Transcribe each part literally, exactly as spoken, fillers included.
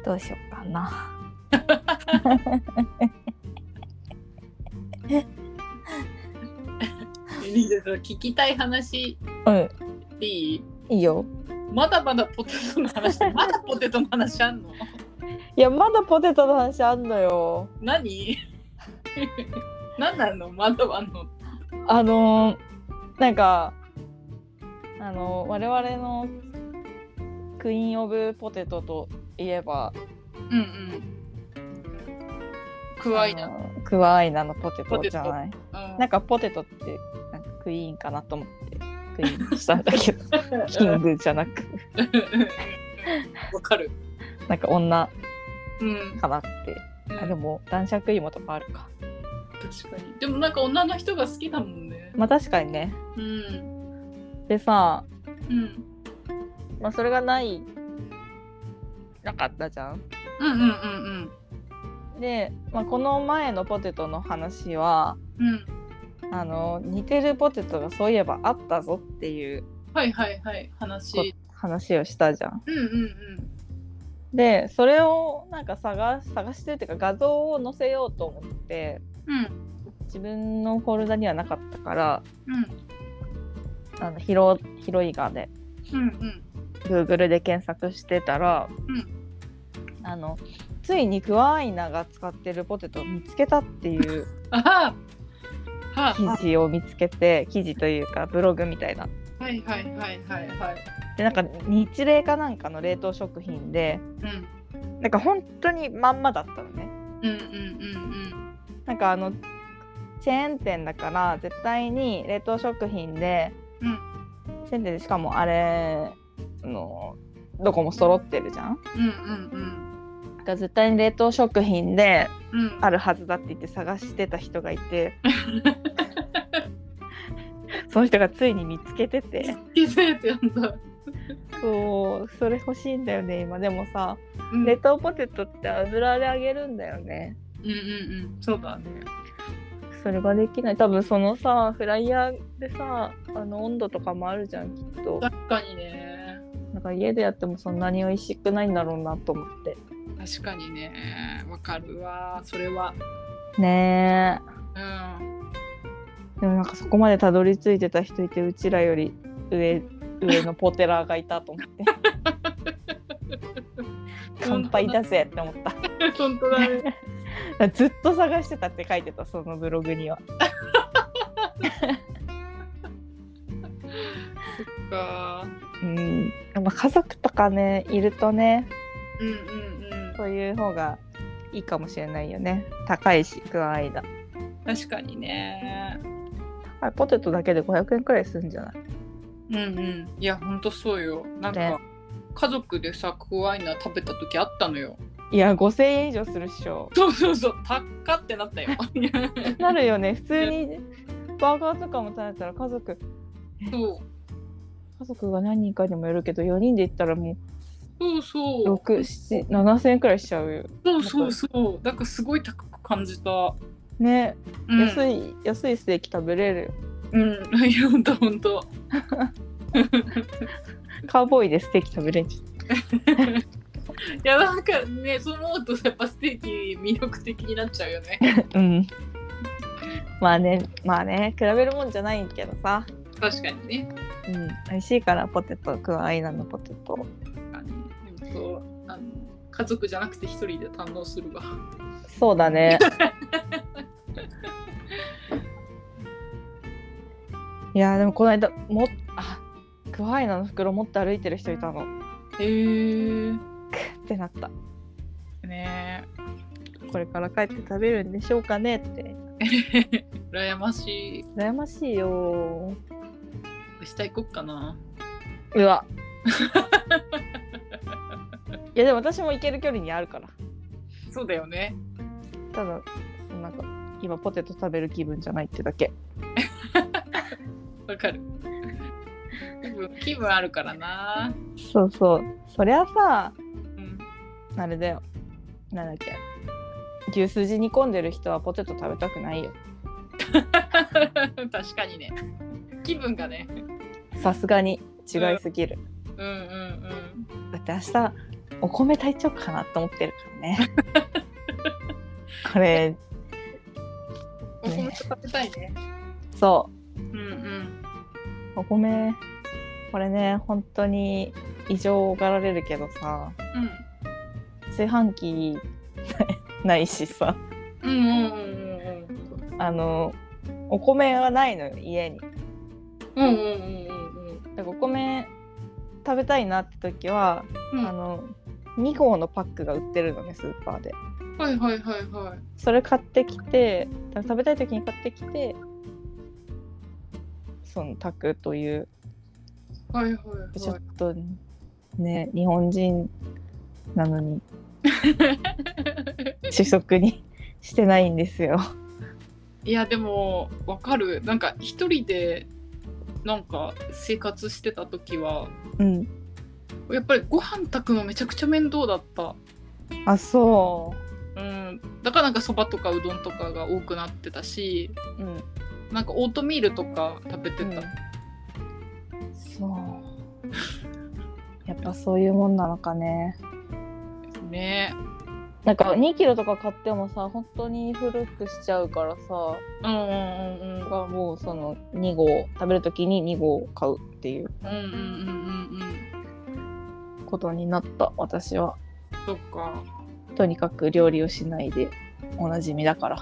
どうしようかな。 いいです。聞きたい話、 うん、 いい？ いいよ。 まだまだポテトの話まだポテトの話あんの？ いや、まだポテトの話あんのよ。 何？何なの？まだあんの？ あのー、なんかあのー、我々のクイーンオブポテトといえば、 うんうん、クワイナクワイナのポテトじゃない。 うん、 なんかポテトってなんかクイーンかなと思ってクイーンしたんだけどキングじゃなくわかる。 なんか女うんかなって、うん、あでも男爵芋とかあるか。 確かに。でもなんか女の人が好きだもんね。 まあ確かにね。 うん、 でさ、 うんまあ、それがないなかったじゃん。 うんうんうんうん。で、まあ、この前のポテトの話は、 うん、 あの似てるポテトがそういえばあったぞっていうはいはいはい話話をしたじゃん。 うんうんうん。 でそれをなんか探探してるっていうか画像を載せようと思って、 うん、 自分のフォルダにはなかったから、 うん、 あの広広い画で、 うんうん、 Google で検索してたら、 うん、 あのついにクワイナが使ってるポテトを見つけたっていう記事を見つけて、記事というかブログみたいな。 はいはいはいはいはい。 でなんか日例かなんかの冷凍食品で、うん、なんか本当にまんまだったのね。 うんうんうんうん。 なんかあのチェーン店だから絶対に冷凍食品で、うん、チェーン店でしかもあれのどこも揃ってるじゃん。うんうんうん。だから絶対に冷凍食品であるはずだって言って探してた人がいて、その人がついに見つけてて気づいてんだ。 そう、それ欲しいんだよね今。でもさ、うん、冷凍ポテトって油で揚げるんだよね。 うんうんうん、そうだね。 それができない。多分そのさフライヤーでさ、あの温度とかもあるじゃんきっと。 確かにね。 なんか家でやってもそんなに美味しくないんだろうなと思って。 確かにね、わかるわそれは。 ねえ。うん。 でもなんかそこまでたどり着いてた人いて、うちらより上上のポテラーがいたと思って乾杯だぜって思った本当だねずっと探してたって書いてた、そのブログにはそっか。 うん、まあ、家族とかねいるとね、 うんうんうん、 そういう方がいいかもしれないよね。高いしクワイナ。 確かにね。 ポテトだけでごひゃくえんくらいするんじゃない？ うんうん。いやほんとそうよ。なんか、ね、家族でさクワイナ食べた時あったのよ。 いやごせんえん以上するっしょ。 そうそうそう、高ってなったよなるよね。普通にバーガーとかも食べたら家族そう家族が何人かにもよるけどよにんで行ったらもうそうそうろく、なな、ななせんえんくらいしちゃうよ。 そうそうそう、だからすごい高く感じたね、うん、安い安いステーキ食べれるよ。 うんいやほんとほんとカウボーイでステーキ食べれんじゃんいやなんかね、そう思うとやっぱステーキ魅力的になっちゃうよねうんまあねまあね比べるもんじゃないけどさ。 確かにね、 うん、美味しいからポテトクワイナのポテト。 あ、ね、でもそうあの家族じゃなくて一人で堪能するわ。 そうだねいやでもこの間もあクワイナの袋持って歩いてる人いたの。 へークッってなったね。 これから帰って食べるんでしょうかねって羨ましい。 羨ましいよ。 明日行こっかな。 うわいやでも私も行ける距離にあるから。 そうだよね。 ただなんか今ポテト食べる気分じゃないってだけ。 わかる。気分気分あるからな。 そうそう。そりゃさ、 うん、 あれだよ。なんだっけ。牛すじ煮込んでる人はポテト食べたくないよ。 確かにね。気分がね。 さすがに違いすぎる。 うん、うんうんうん。 だって明日お米炊いちゃおうかなと思ってるからねこれ、ね、 お米食べたいね。 そううんうんお米これね本当に異常がられるけどさ、 うん、 炊飯器ないしさ、 うんうんうんうんあのお米がないのよ家に。 うんうんうんうんだからお米食べたいなって時は、 うん、 あのに合のパックが売ってるのねスーパーで。 はいはいはいはい。 それ買ってきて食べたい時に買ってきてその炊くという、 はいはいはい、 ちょっとね日本人なのに主食にしてないんですよ。 いやでもわかる。なんか一人でなんか生活してた時は、 うん、 やっぱりご飯炊くのめちゃくちゃ面倒だった。 あそう、うん、だからなんかそばとかうどんとかが多くなってたし、 う、うん、 なんかオートミールとか食べてた、うん、 そうやっぱそういうもんなのかね。 ね。 なんかにキロとか買ってもさ本当に古くしちゃうからさ、 うんうんうんうん、 がもうそのに合食べるときにに合買うっていうことになった私は。 そっか。 とにかく料理をしないでおなじみだから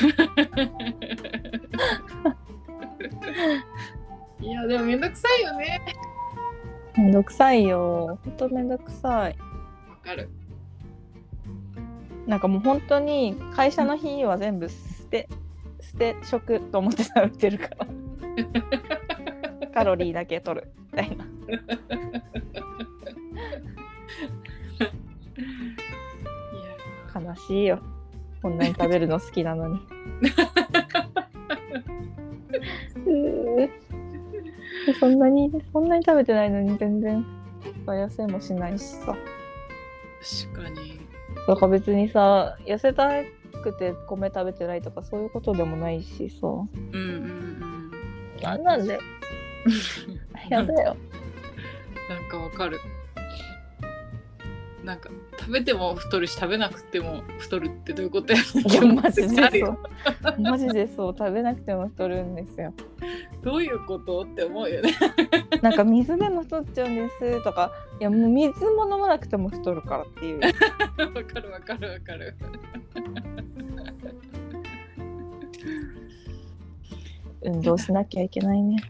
いやでもめんどくさいよね。 めんどくさいよほんとめんどくさい。 わかる。 なんかもう本当に会社の日は全部捨て捨て食と思って食べてるからカロリーだけ取るみたいな悲しいよこんなに食べるの好きなのにうそんなにそんなに食べてないのに全然痩せもしないしさ。 確かに。 だから別にさ痩せたくて米食べてないとかそういうことでもないしさ。うんうんうんなんなんだよやだよ。 なんかわかる。なんか食べても太るし食べなくても太るってどういうことやねん。 いやマジでそうマジでそう食べなくても太るんですよ。 どういうことって思うよねなんか水でも太っちゃうんですとか、いやもう水も飲まなくても太るからっていう。 わかるわかるわかる運動しなきゃいけないね。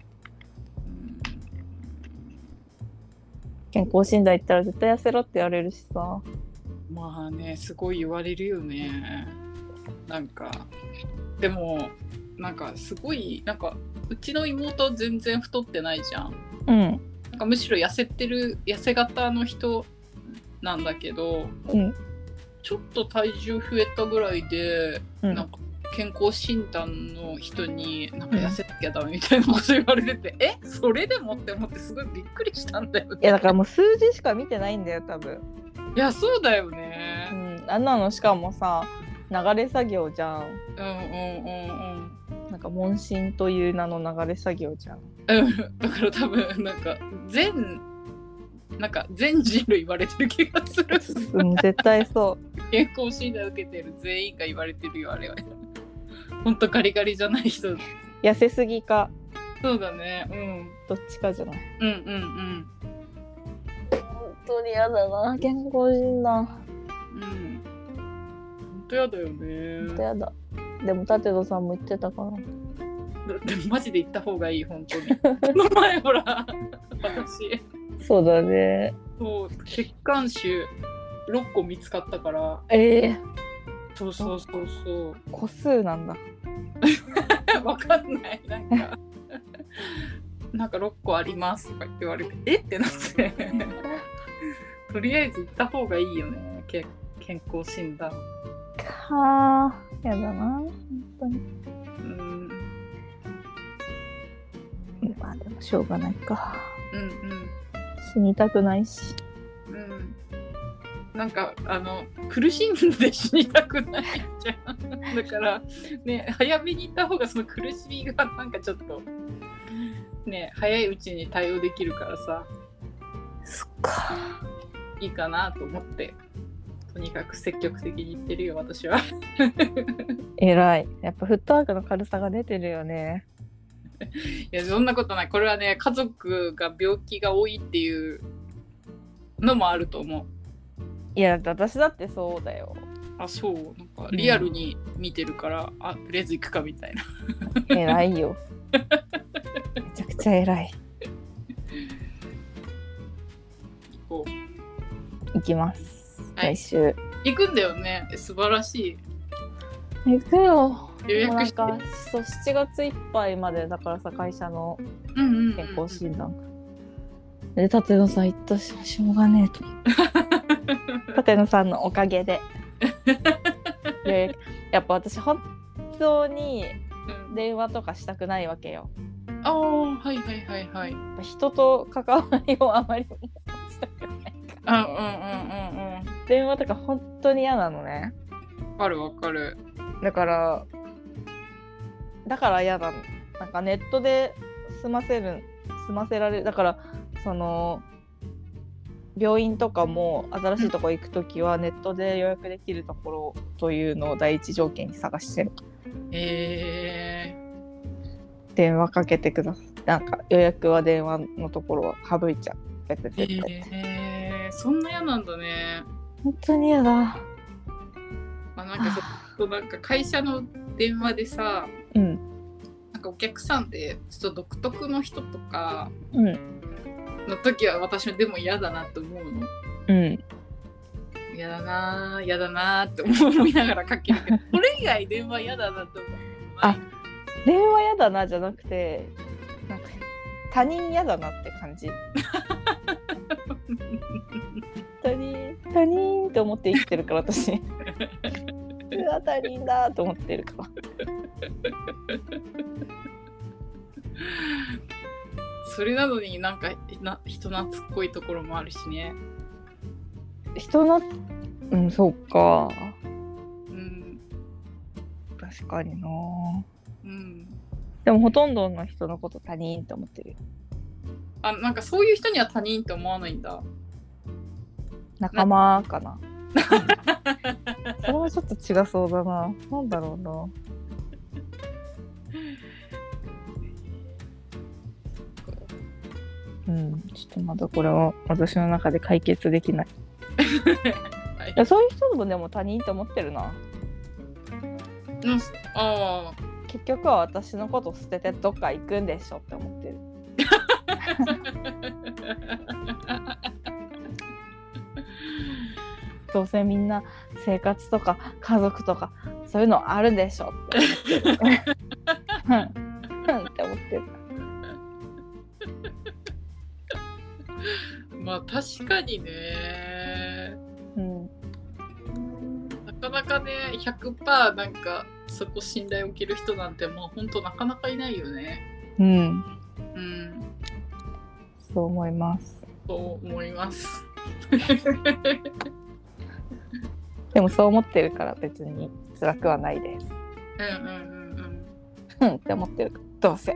健康診断行ったら絶対痩せろって言われるしさ。 まあねすごい言われるよね。なんかでもなんかすごいなんかうちの妹全然太ってないじゃん。 うん。 なんかむしろ痩せてる痩せ型の人なんだけど、 うん、 ちょっと体重増えたぐらいで、 うん、 なんか健康診断の人になんか痩せなきゃダメみたいなこと言われてて、うん、えそれでもって思ってすごいびっくりしたんだよね。 いやだからもう数字しか見てないんだよ多分。 いやそうだよね、 うん、あんなのしかもさ流れ作業じゃん。 うんうんうんうんなんか問診という名の流れ作業じゃん。 うん、だから多分なんか全なんか全人類言われてる気がする。 うん、絶対そう。 健康診断受けてる全員が言われてるよあれは。ほんとガリガリじゃない人。 痩せすぎか。 そうだね。うん。 どっちかじゃない。 うんうんうん。 本当に嫌だな健康診断。 うん。本当嫌だよね。 本当嫌だ。でも舘野さんも言ってたから。 でもマジで行った方がいい本当に。この前ほら私。 そうだね。 そう血管腫ろっこ見つかったから。 ええー。 そうそうそうそう。 個数なんだ。 わかんないなんかなんかろっこありますとか言われてえってなってとりあえず行った方がいいよねけ健康診断。 はあやだな本当に。うんまあでもしょうがないか。 うんうん死にたくないし。 うんなんかあの苦しんで死にたくないじゃん。だからね早めに行った方がその苦しみがなんかちょっとね早いうちに対応できるからさ。 そっか。 いいかなと思って、とにかく積極的に言ってるよ私は。 偉い。やっぱフットワークの軽さが出てるよね。 いやそんなことない。これはね、家族が病気が多いっていうのもあると思う。 いや私だってそうだよ。 あ、そう。なんかリアルに見てるから、うん、あ、とりあえず行くかみたいな。 偉いよ。めちゃくちゃ偉い。 行こう。行きます。はい、来週。 行くんだよね。素晴らしい。行くよ。 予約して。 なんかそうしちがついっぱいまでだからさ、会社の健康診断。うんうんうん、で舘野さん行ったししょうがねえと。舘野さんのおかげで。やっぱ私本当に電話とかしたくないわけよ。 ああ、はいはいはいはい。 人と関わりをあまりしたくないから。 うんうんうんうんうん。 電話とか本当に嫌なのね。 わかるわかる。 だからだから嫌だ。なんかネットで済ませる済ませられる。だからその病院とかも新しいとこ行くときはネットで予約できるところというのを第一条件に探してる。 へー。電話かけてください。なんか予約は電話のところは省いちゃう。 へー。そんな嫌なんだね。 本当に嫌だ。 まあ、なんかそなんか会社の電話でさ、 うん、 なんかお客さんでちょっと独特の人とか、 うんの時は私でも嫌だなって思うの。 うん。 嫌だな嫌だなって思いながらかけるけど、これ以外電話嫌だなって思う。 あ、電話嫌だなじゃなくて、なんか他人嫌だなって感じ。他人他人って思って生きてるから私。うわ他人だと思ってるから。 それなのになんかな人懐っこいところもあるしね。 人な、うん、そうか。 うん。 確かにな。 うん。 でもほとんどの人のこと他人って思ってるよ。 あ、なんかそういう人には他人って思わないんだ。 仲間かな。それはちょっと違そうだな。なんだろうな。うん、ちょっとまだこれは私の中で解決できない。はい、いやそういう人もでも他人って思ってるな。 うん、あ結局は私のこと捨ててどっか行くんでしょって思ってる。どうせみんな生活とか家族とかそういうのあるでしょって思ってる。うんって思ってる。 まあ確かにね、 うん、 なかなかね ひゃくパーセント なんかそこ信頼を受ける人なんてもうほんとなかなかいないよね。 うん、 うん、 そう思います。 そう思います。 でもそう思ってるから別に辛くはないです。 うんうんうんうん。って思ってるからどうせ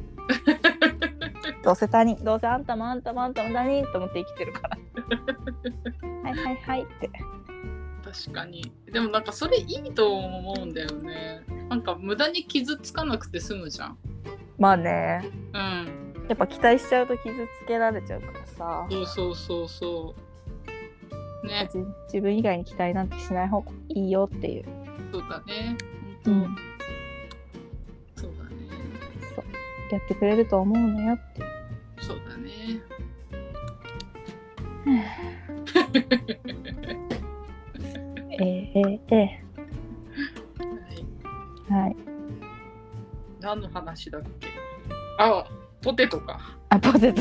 どうせ他人、どうせあんたもあんたもあんたも他人と思って生きてるから。はいはいはいって。 確かに。でもなんかそれいいと思うんだよね。なんか無駄に傷つかなくて済むじゃん。 まあね。 うん。 やっぱ期待しちゃうと傷つけられちゃうからさ。 そうそうそうそう。ね。 自分以外に期待なんてしない方がいいよっていう。 そうだね。本当。うん、そうだね。 そう。やってくれると思うのよって。 そうだね。 えー、えー、えー、はい。はい。 何の話だっけ？あ、ポテトか。 あ、ポテト。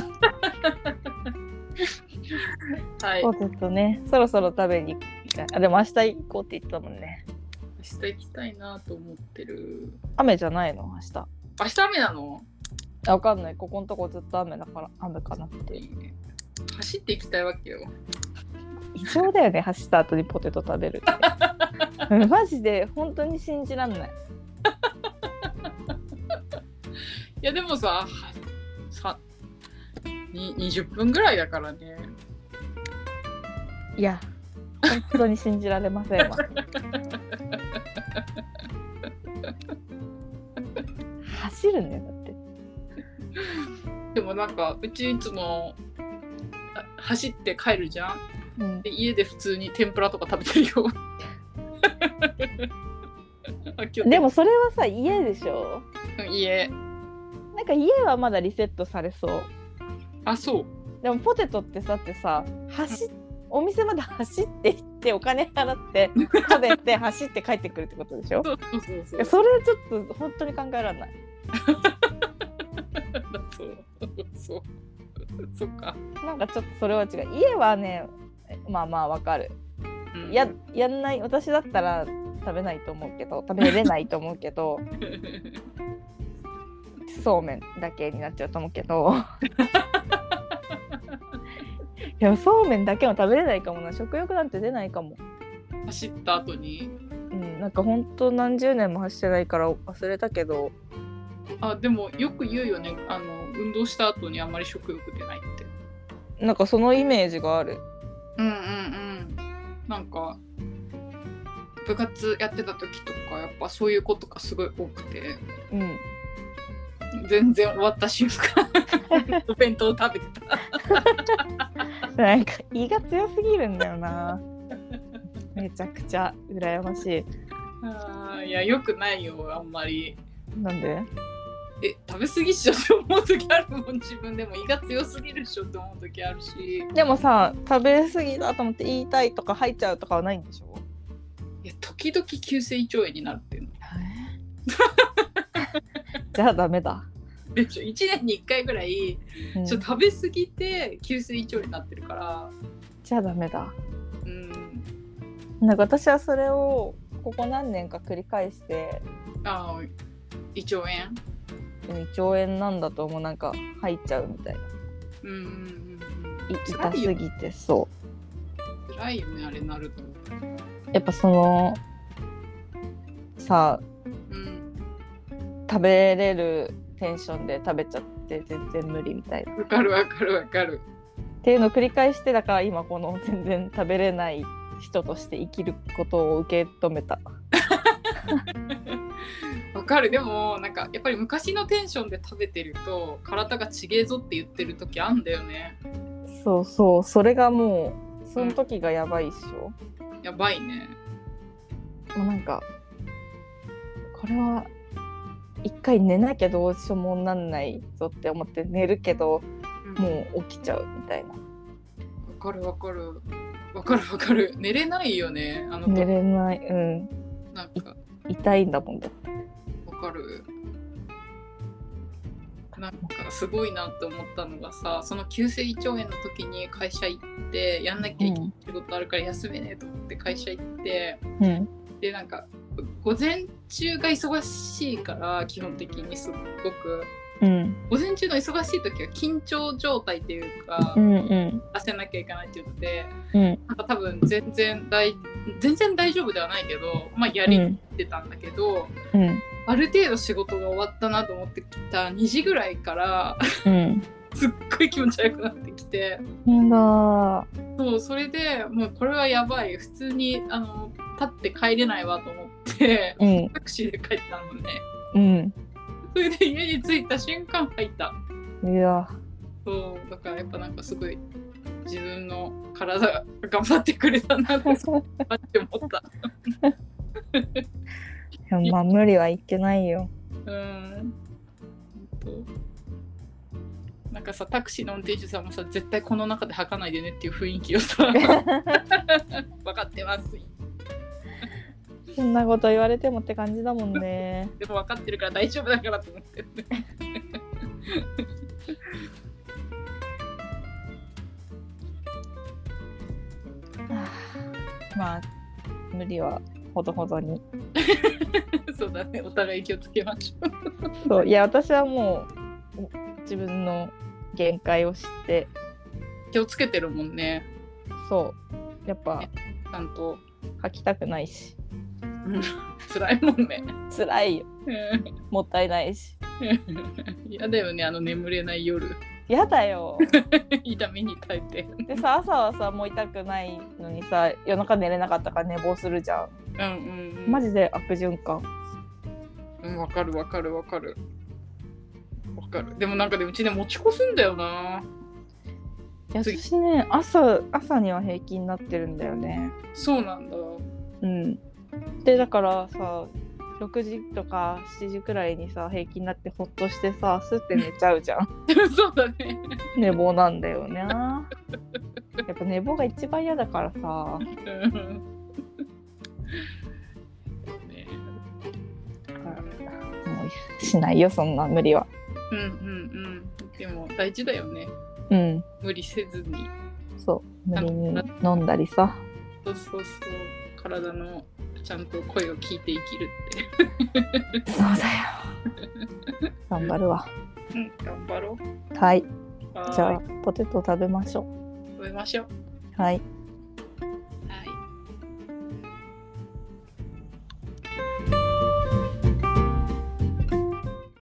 はい。 ポテトね。そろそろ食べに行きたい。あ、でも明日行こうって言ったもんね。 明日行きたいなと思ってる。 雨じゃないの？明日。 明日雨なの？ あ、わかんない。ここのとこずっと雨だから雨かなって。いいね。 走っていきたいわけよ。 異常だよね、走った後にポテト食べるって。マジで本当に信じらんない。 いやでもさ、さににじゅっぷんぐらいだからね。 いや本当に信じられませんわ走るんだよだって。 でもなんかうちいつも走って帰るじゃん、うん、で家で普通に天ぷらとか食べてるよでもそれはさ家でしょ。 家なんか家はまだリセットされそう。 あ、そう。 でもポテトってさってさ走っお店まで走って行ってお金払って食べて走って帰ってくるってことでしょ。 そうそうそうそう。 それちょっと本当に考えられないそうそうそっか。 なんかちょっとそれは違う。家はねまあまあわかる、うん、や, やんない私だったら食べないと思うけど食べれないと思うけどそうめんだけになっちゃうと思うけどでもそうめんだけも食べれないかもな。食欲なんて出ないかも。 走った後に、 うん、なんかほんと何十年も走ってないから忘れたけど。 あ、でもよく言うよね、あの運動した後にあんまり食欲出ないって。 なんかそのイメージがある。 うんうんうん。なんか部活やってた時とかやっぱそういうことがすごい多くて、うん、全然終わった瞬間お弁当食べてたなんか胃が強すぎるんだよなめちゃくちゃ羨ましい。 あ、いやよくないよあんまり。 なんで？ え、食べ過ぎっしょって思う時あるもん。自分でも胃が強すぎるっしょって思う時あるし。 でもさ食べ過ぎだと思って言いたいとか吐いちゃうとかはないんでしょ？ いや時々急性胃腸炎になるっていうのじゃあダメだ。 でしょ、いちねんにいっかいぐらい、うん、ちょっと食べ過ぎて急性胃腸炎になってるから。 じゃあダメだ。うん。なんか私はそれをここ何年か繰り返して。 ああ、胃腸炎？ 胃腸炎なんだと思う。なんか吐いちゃうみたいな。うんうんうん。痛すぎてそう。 辛いよねあれなると。 やっぱそのさ、うん、食べれるテンションで食べちゃって全然無理みたいな。 わかるわかるわかる。 っていうのを繰り返してだから今この全然食べれない人として生きることを受け止めた。 わかる。でもなんかやっぱり昔のテンションで食べてると体がちげえぞって言ってる時あんだよね。 そうそう、それがもうその時がやばいっしょ、 うん、やばいね。 もうなんかこれは一回寝なきゃどうしようもなんないぞって思って寝るけど、うん、もう起きちゃうみたいな。わかるわかるわかるわかる。寝れないよねあの時。 寝れない。うん。なんか痛いんだもんだって。 わかる。なんかすごいなって思ったのがさ、その急性胃腸炎の時に会社行ってやんなきゃいけない仕事あるから休めねえと思って会社行って、うん、でなんか午前中が忙しいから基本的にすごく、うん、午前中の忙しい時は緊張状態っていうか、うんうん、出せなきゃいけないっていうので、うん、なんか多分全然大全然大丈夫ではないけど、まあ、やりきってたんだけど、うん、ある程度仕事が終わったなと思ってきたにじぐらいから、うん、すっごい気持ち悪くなってきて、 うんだそう、それでもうこれはやばい、普通にあの立って帰れないわと思って、うん、タクシーで帰ったのね、うん、それで家に着いた瞬間入った。 いや、 そうだからやっぱなんかすごい自分の体が頑張ってくれたなって思ったいや、まあ無理はいけないよ。 うん。なんかさ、タクシーの運転手さんもさ、絶対この中で吐かないでねっていう雰囲気をさ分かってます。 そんなこと言われてもって感じだもんね。 でも分かってるから大丈夫だからと思ってるねまあ無理はほどほどにそうだね、お互い気をつけましょうそう、いや私はもう自分の限界を知って気をつけてるもんね。 そうやっぱちゃんと吐きたくないし辛いもんね。 辛いよもったいないし嫌だよね、あの眠れない夜。 やだよ。 痛みに耐えて。 でさ、朝はさもう痛くないのにさ、夜中寝れなかったから寝坊するじゃん。 うんうんうん。 マジで悪循環。 うん、わかるわかるわかる。わかる。でもなんかでもうちね持ち越すんだよな。 いや私ね、朝朝には平気になってるんだよね。 そうなんだ。 うん。でだからさ、ろくじとかしちじくらいにさ平気になってほっとしてさ、スッて寝ちゃうじゃん。 そうだね。 寝坊なんだよね。やっぱ寝坊が一番嫌だからさ。 うんね、 もうしないよそんな無理は。 うんうんうん。でも大事だよね。 うん。 無理せずに。 そう無理に飲んだりさ。 そうそうそう。体のちゃんと声を聞いて生きるって。 そうだよ。頑張るわ。 うん、頑張ろう。 はい。 はーい。 じゃあポテト食べましょう。 食べましょう。 はい。